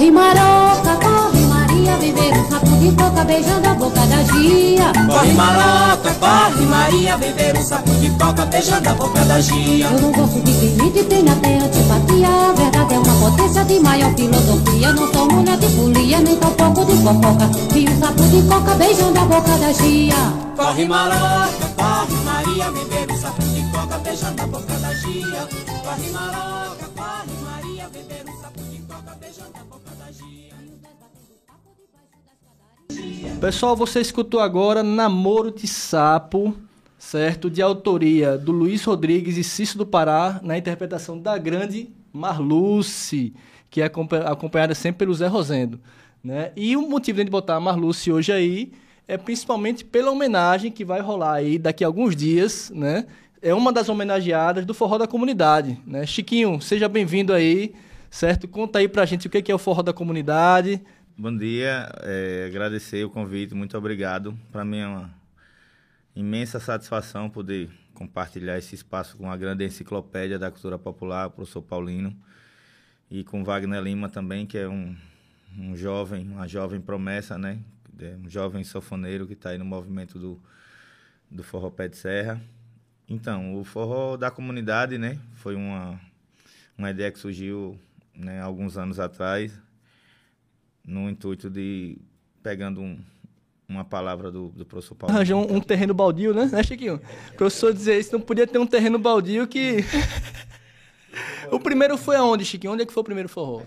Corre maroca, corre Maria, beber um sapo de coca, beijando a boca da Gia. Corre maroca, corre Maria, beber um sapo de coca, beijando a boca da Gia. Eu não gosto de quem mente, tem até antipatia. A verdade é uma potência de maior filosofia. Não sou mulher de folia, nem tampouco de fofoca. E um sapo de coca, beijando a boca da Gia. Corre maroca, corre Maria, beber um sapo de coca, beijando a boca da Gia. Corre maroca, corre Maria, beber um sapo de coca, beijando a boca da Gia. Pessoal, você escutou agora Namoro de Sapo, certo? De autoria do Luiz Rodrigues e Cício do Pará, na interpretação da grande Marluce, que é acompanhada sempre pelo Zé Rosendo, né? E o motivo de a gente botar a Marluce hoje aí é principalmente pela homenagem que vai rolar aí daqui a alguns dias, né? É uma das homenageadas do Forró da Comunidade, né? Chiquinho, seja bem-vindo aí, certo? Conta aí pra gente o que é o Forró da Comunidade. Bom dia, agradecer o convite, muito obrigado. Para mim é uma imensa satisfação poder compartilhar esse espaço com a grande enciclopédia da cultura popular, o professor Paulino, e com Wagner Lima também, que é uma jovem promessa, né? Um jovem sanfoneiro que está aí no movimento do Forró Pé de Serra. Então, o Forró da Comunidade, né? Foi uma ideia que surgiu, né, alguns anos atrás, no intuito de, pegando uma palavra do professor Paulo. Arranjou um terreno baldio, né, Chiquinho? O professor dizia isso, não podia ter um terreno baldio que... O primeiro foi aonde, Chiquinho? Onde é que foi o primeiro forró?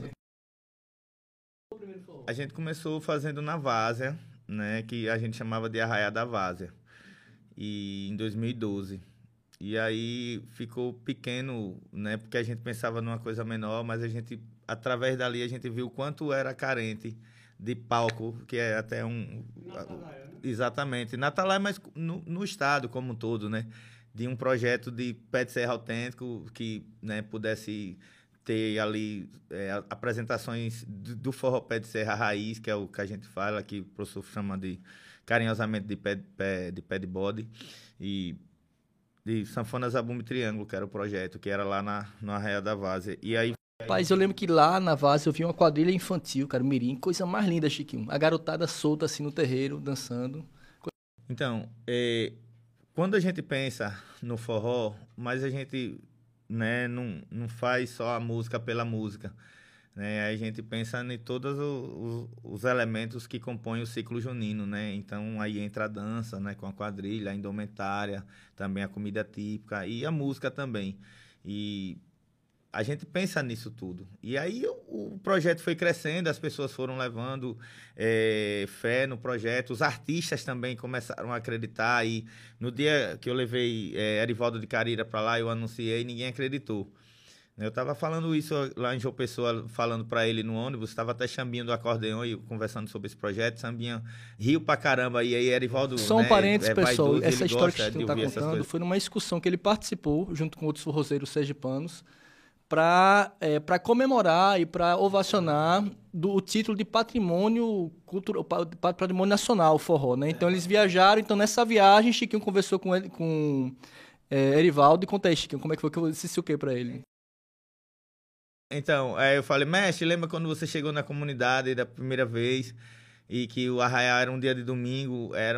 A gente começou fazendo na Várzea, né, que a gente chamava de Arraiá da Várzea, e em 2012. E aí ficou pequeno, né, porque a gente pensava numa coisa menor, mas a gente, através dali, a gente viu o quanto era carente de palco, que é até um... Natalaia, né? Exatamente. Natalaia, mas no estado como um todo, né, de um projeto de pé de serra autêntico que, né, pudesse ter ali apresentações do forró pé de serra raiz, que é o que a gente fala, que o professor chama carinhosamente de pé de bode, e de Sanfona Zabumba e Triângulo, que era o projeto, que era lá no Arraial da Várzea. E aí... Rapaz, eu lembro que lá na Várzea eu vi uma quadrilha infantil, cara, mirim, coisa mais linda, Chiquinho. A garotada solta assim no terreiro, dançando. Então, quando a gente pensa no forró, mas a gente, né, não faz só a música pela música, né? A gente pensa em todos os elementos que compõem o ciclo junino, né? Então aí entra a dança, né, com a quadrilha, a indumentária, também a comida típica e a música também. E a gente pensa nisso tudo. E aí o projeto foi crescendo, as pessoas foram levando fé no projeto, os artistas também começaram a acreditar. E no dia que eu levei Erivaldo de Carira para lá, eu anunciei, ninguém acreditou. Eu estava falando isso lá em João Pessoa, falando para ele no ônibus, estava até Chambinha do acordeão e conversando sobre esse projeto. Chambinha riu pra caramba, e aí Erivaldo... Só um parênteses, pessoal, essa história que você está contando foi numa excursão que ele participou, junto com outros forrozeiros sergipanos, para comemorar e para ovacionar o título de patrimônio cultural, patrimônio nacional, o forró, né? Então eles viajaram, então nessa viagem Chiquinho conversou com ele, com Erivaldo, e conta aí, Chiquinho, como é que foi que eu disse o que para ele? Então, eu falei, mestre, lembra quando você chegou na comunidade da primeira vez e que o arraial era um dia de domingo, era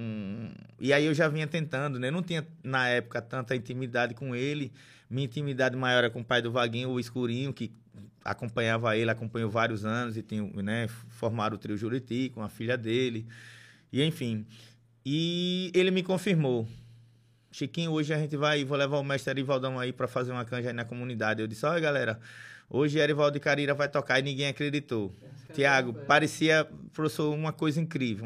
E aí eu já vinha tentando, né? Eu não tinha, na época, tanta intimidade com ele. Minha intimidade maior era com o pai do Vaguinho, o Escurinho, que acompanhava ele, acompanhou vários anos e tinha, né, formaram o trio Juriti com a filha dele. E, enfim. E ele me confirmou. Chiquinho, hoje a gente vou levar o mestre Erivaldão aí para fazer uma canja aí na comunidade. Eu disse, olha, galera, hoje Erivaldo de Carira vai tocar, e ninguém acreditou. Tiago, parecia, professor, uma coisa incrível.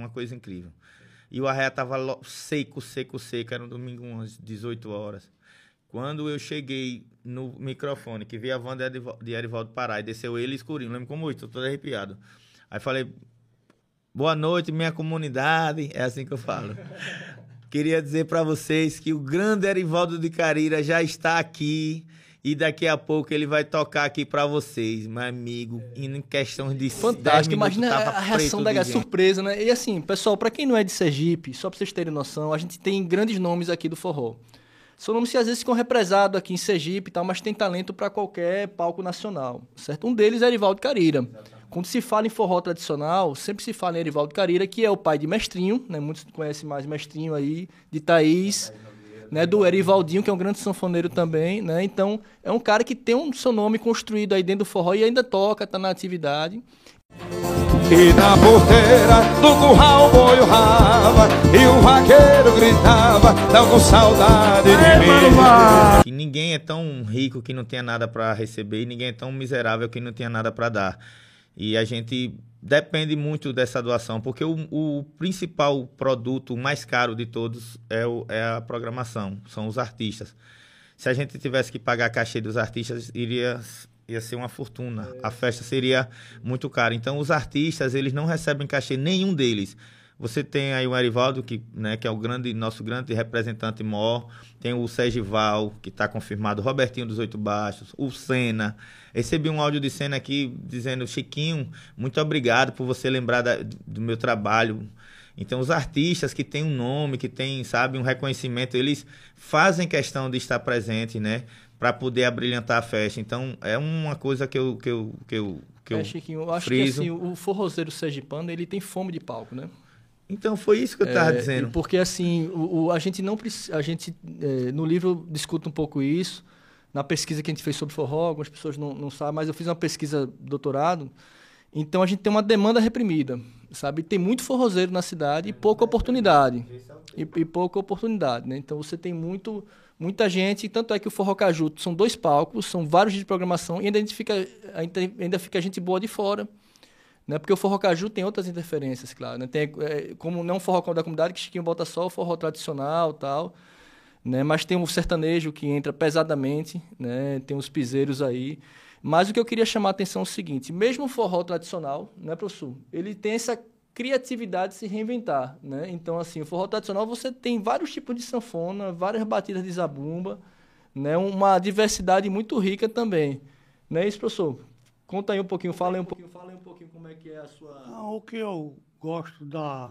E o arraial estava seco, era um domingo, umas 18 horas. Quando eu cheguei no microfone, que vi a van de Erivaldo parar, e desceu ele e Escurinho, lembro como hoje, estou todo arrepiado. Aí falei, boa noite, minha comunidade, é assim que eu falo. Queria dizer para vocês que o grande Erivaldo de Carira já está aqui e daqui a pouco ele vai tocar aqui para vocês, meu amigo, em questão de fantástico, imagina a reação da surpresa, né? E assim, pessoal, para quem não é de Sergipe, só para vocês terem noção, a gente tem grandes nomes aqui do forró. São nomes que às vezes ficam represados aqui em Sergipe e tal, mas tem talento para qualquer palco nacional, certo? Um deles é Erivaldo de Carira. Quando se fala em forró tradicional, sempre se fala em Erivaldo Carira, que é o pai de Mestrinho, né? Muitos conhecem mais Mestrinho aí, de Thaís, né? Do Erivaldinho, que é um grande sanfoneiro também, né? Então, é um cara que tem um seu nome construído aí dentro do forró e ainda toca, tá na atividade. E na porteira do curral o boi urrava e o vaqueiro gritava, tão com saudade de mim. Que ninguém é tão rico que não tenha nada para receber e ninguém é tão miserável que não tenha nada para dar. E a gente depende muito dessa doação, porque o principal produto mais caro de todos é a programação, são os artistas. Se a gente tivesse que pagar a cachê dos artistas, ia ser uma fortuna. A festa seria muito cara. Então, os artistas, eles não recebem cachê, nenhum deles. Você tem aí o Erivaldo, que é o nosso grande representante maior. Tem o Sergival, que está confirmado. O Robertinho dos Oito Baixos. O Senna. Recebi um áudio de Senna aqui dizendo: Chiquinho, muito obrigado por você lembrar do meu trabalho. Então, os artistas que têm um nome, que têm, sabe, um reconhecimento, eles fazem questão de estar presente, né? Para poder abrilhantar a festa. Então, é uma coisa que eu Chiquinho, eu acho friso. Que assim, o forrozeiro sergipano, ele tem fome de palco, né? Então, foi isso que eu estava dizendo. Porque, assim, a gente não precisa... no livro discute um pouco isso. Na pesquisa que a gente fez sobre forró, algumas pessoas não sabem, mas eu fiz uma pesquisa doutorado. Então, a gente tem uma demanda reprimida, sabe? Tem muito forrozeiro na cidade e pouca oportunidade. E pouca oportunidade, né? Então, você tem muita gente, tanto é que o Forró Caju são 2 palcos, são vários dias de programação e ainda fica gente boa de fora, né? Porque o Forró Caju tem outras interferências, claro, né? Como não é um forró da comunidade, que Chiquinho bota só o forró tradicional, tal, né? Mas tem o sertanejo que entra pesadamente, né? Tem os piseiros aí. Mas o que eu queria chamar a atenção é o seguinte: mesmo o forró tradicional, né, professor, ele tem essa criatividade de se reinventar, né? Então, assim, o forró tradicional, você tem vários tipos de sanfona, várias batidas de zabumba, né? Uma diversidade muito rica também. Não é isso, professor? Conta aí um pouquinho, fala aí um pouquinho como é que é a sua... O que eu gosto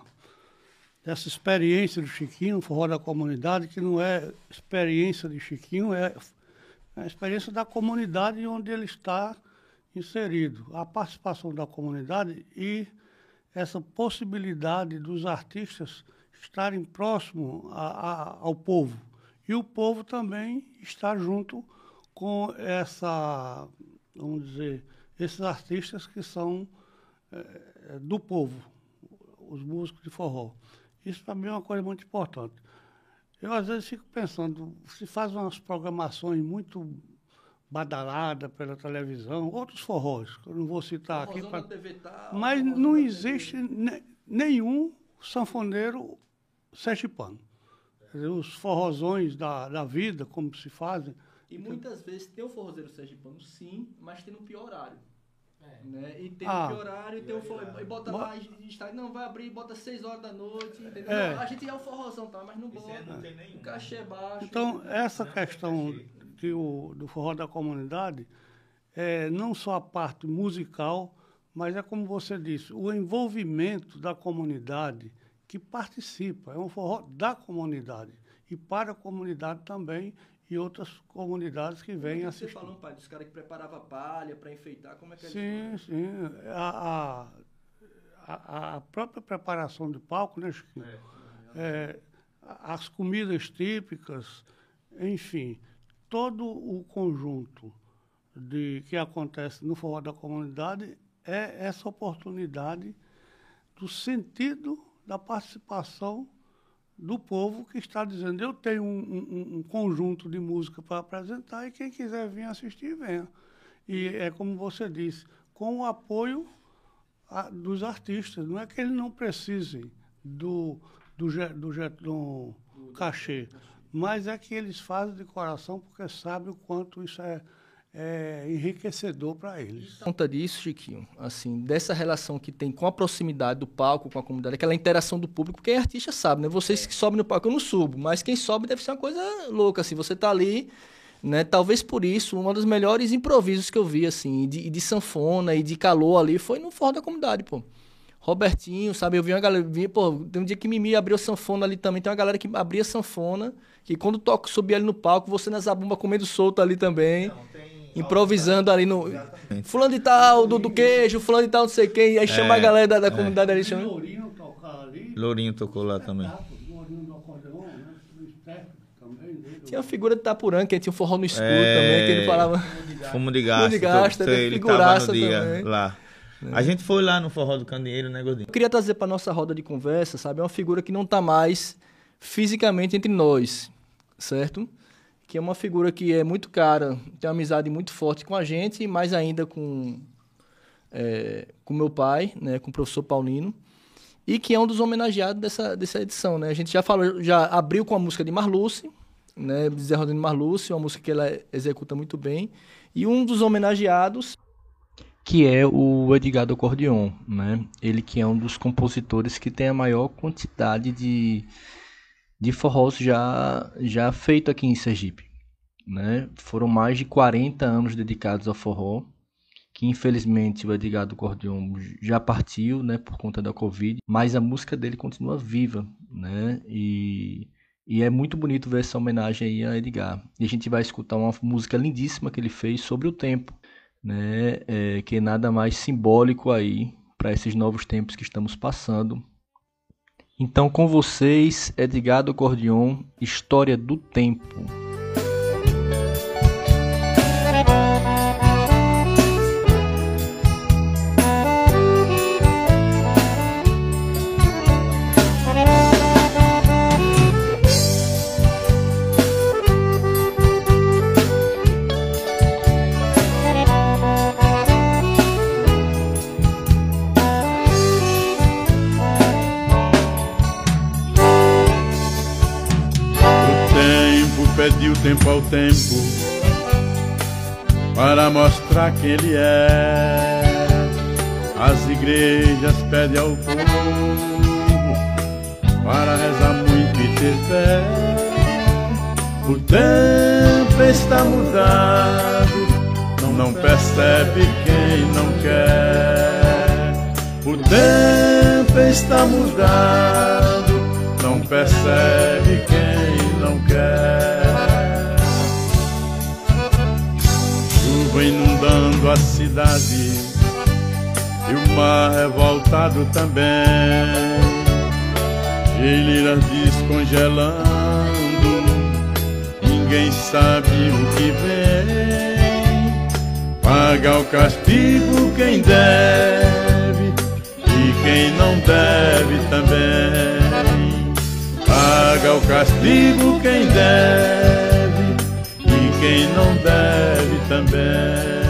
dessa experiência do Chiquinho, o forró da comunidade, que não é experiência de Chiquinho, é a experiência da comunidade onde ele está inserido. A participação da comunidade e essa possibilidade dos artistas estarem próximos ao povo. E o povo também está junto com esses artistas que são do povo, os músicos de forró. Isso para mim é uma coisa muito importante. Eu, às vezes, fico pensando, se faz umas programações muito badaladas pela televisão, outros forrós, que eu não vou citar aqui, mas não existe nenhum sanfoneiro sergipano. Os forrozões da vida, como se fazem. E muitas vezes tem o forrozeiro sergipano, sim, mas tem no pior horário. Né? E tem no pior horário, e tem e bota lá, não, vai abrir, bota 6 horas da noite, entendeu? Não, a gente é o forrozão, tá? Mas não bota, o cachê é baixo. Então, essa questão do forró da comunidade é não só a parte musical, mas é como você disse, o envolvimento da comunidade que participa. É um forró da comunidade e para a comunidade também e outras comunidades que vêm assistir. Você falou, pai, dos caras que preparavam palha para enfeitar, como é que Sim. A própria preparação do palco, né, Chiquinho? As comidas típicas, enfim, todo o conjunto que acontece no forró da comunidade é essa oportunidade do sentido da participação do povo que está dizendo: eu tenho um conjunto de música para apresentar e quem quiser vir assistir, venha. E é como você disse, com o apoio dos artistas. Não é que eles não precisem do cachê, mas é que eles fazem de coração porque sabem o quanto isso é enriquecedor para eles. Conta disso, Chiquinho, assim, dessa relação que tem com a proximidade do palco, com a comunidade, aquela interação do público, porque artista sabe, né? Vocês que sobem no palco, eu não subo, mas quem sobe deve ser uma coisa louca, assim, você tá ali, né? Talvez por isso, um dos melhores improvisos que eu vi, assim, de sanfona e de calor ali, foi no forró da comunidade, pô. Robertinho, sabe? Eu vi uma galera, tem um dia que Mimi abriu sanfona ali também, tem uma galera que abria sanfona, que quando subia ali no palco, você na zabumba comendo solto ali também. Não, tem improvisando ali no... Fulano de tal, do queijo, fulano de tal, não sei quem. Aí chama a galera da comunidade ali. Chama... Lourinho tocar ali. Lourinho tocou lá também. Lourinho do acordeon, né? Do intérprete também. Tinha a figura de Itapurã, que tinha um forró no escuro também, que ele falava... Fumo de gasto. Ele tava no dia também. Lá. A gente foi lá no Forró do Candeeiro, né, Gordinho? Eu queria trazer para nossa roda de conversa, sabe? É uma figura que não está mais fisicamente entre nós, certo? Que é uma figura que é muito cara, tem uma amizade muito forte com a gente, e mais ainda com meu pai, né, com o professor Paulino, e que é um dos homenageados dessa edição, né? A gente já abriu com a música de Marluce, né, Zé Rodrigo Marluce, uma música que ela executa muito bem, e um dos homenageados, que é o Edgar do Acordeon, né? Ele que é um dos compositores que tem a maior quantidade de forrós já feito aqui em Sergipe, né? Foram mais de 40 anos dedicados ao forró, que infelizmente o Edgar do Acordeon já partiu, né, por conta da Covid, mas a música dele continua viva, né? E é muito bonito ver essa homenagem aí a Edgar. E a gente vai escutar uma música lindíssima que ele fez sobre o tempo, né, que é nada mais simbólico aí para esses novos tempos que estamos passando. Então, com vocês, Edgar do Acordeon, História do Tempo. Pediu tempo ao tempo para mostrar quem ele é. As igrejas pedem ao povo para rezar muito e ter fé. O tempo está mudado, não percebe quem não quer. O tempo está mudado, não percebe quem não quer. Chuva inundando a cidade e o mar revoltado também. Geleiras descongelando, ninguém sabe o que vem. Paga o castigo quem deve e quem não deve também. Paga o castigo quem deve e quem não deve também.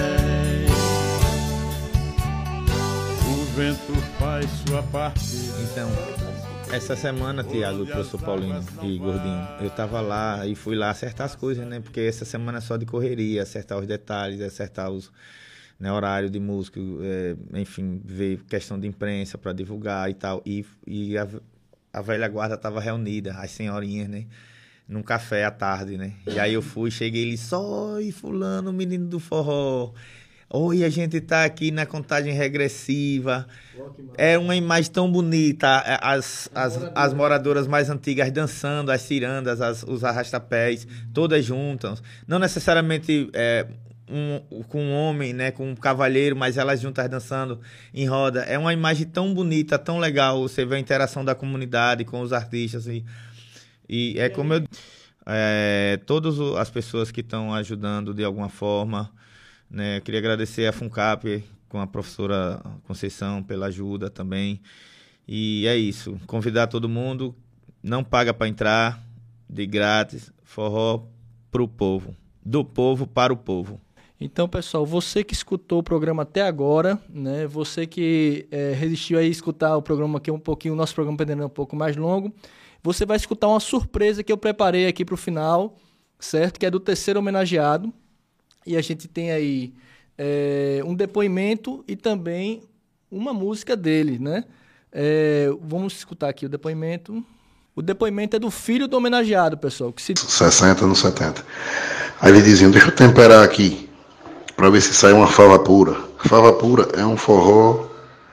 O vento faz sua parte. Então, essa semana, Tiago, professor Paulino e Gordinho, eu tava lá e fui lá acertar as coisas, né? Porque essa semana é só de correria, acertar os detalhes, acertar os, né, horário de música, enfim, ver questão de imprensa para divulgar e tal. E a velha guarda tava reunida, as senhorinhas, né? Num café à tarde, né? E aí eu fui, cheguei ali, só e fulano, menino do forró. Oi, a gente tá aqui na contagem regressiva. É uma imagem tão bonita. As moradoras mais antigas dançando, as cirandas, os arrastapés, todas juntas. Não necessariamente com um homem, né, com um cavalheiro, mas elas juntas dançando em roda. É uma imagem tão bonita, tão legal. Você vê a interação da comunidade com os artistas. E é como eu... todas as pessoas que estão ajudando de alguma forma, né? Queria agradecer a FUNCAP com a professora Conceição pela ajuda também. E é isso. Convidar todo mundo. Não paga para entrar. De grátis. Forró pro povo. Do povo para o povo. Então, pessoal, você que escutou o programa até agora, né? Você que resistiu a escutar o programa aqui um pouquinho, o nosso programa pendendo um pouco mais longo, você vai escutar uma surpresa que eu preparei aqui para o final, certo? Que é do terceiro homenageado. E a gente tem aí um depoimento e também uma música dele, né? Vamos escutar aqui o depoimento. O depoimento é do filho do homenageado, pessoal. Que 60 no 70. Aí eles diziam, deixa eu temperar aqui, para ver se sai uma fava pura. Fava pura é um forró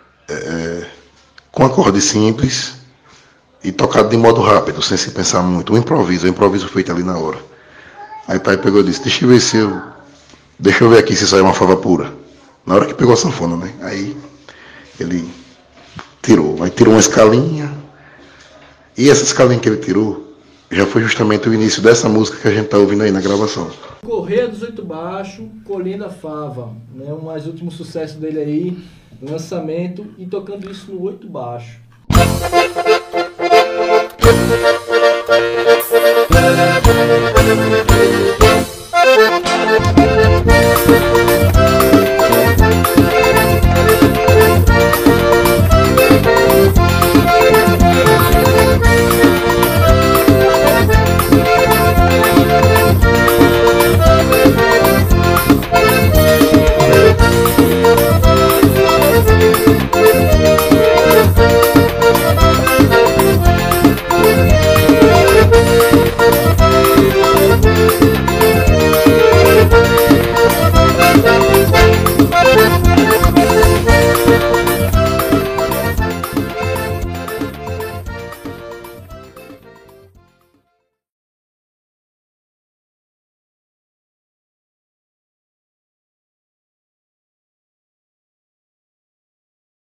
com acorde simples e tocado de modo rápido, sem se pensar muito. O improviso feito ali na hora. Aí o pai pegou e disse, deixa eu ver se eu deixa eu ver aqui se sai uma fava pura. Na hora que pegou a sanfona, né? Aí ele tirou. Aí tirou uma escalinha. E essa escalinha que ele tirou já foi justamente o início dessa música que a gente tá ouvindo aí na gravação. Correia dos Oito Baixos, Colhendo a Fava, né? O mais último sucesso dele aí, lançamento e tocando isso no Oito Baixo.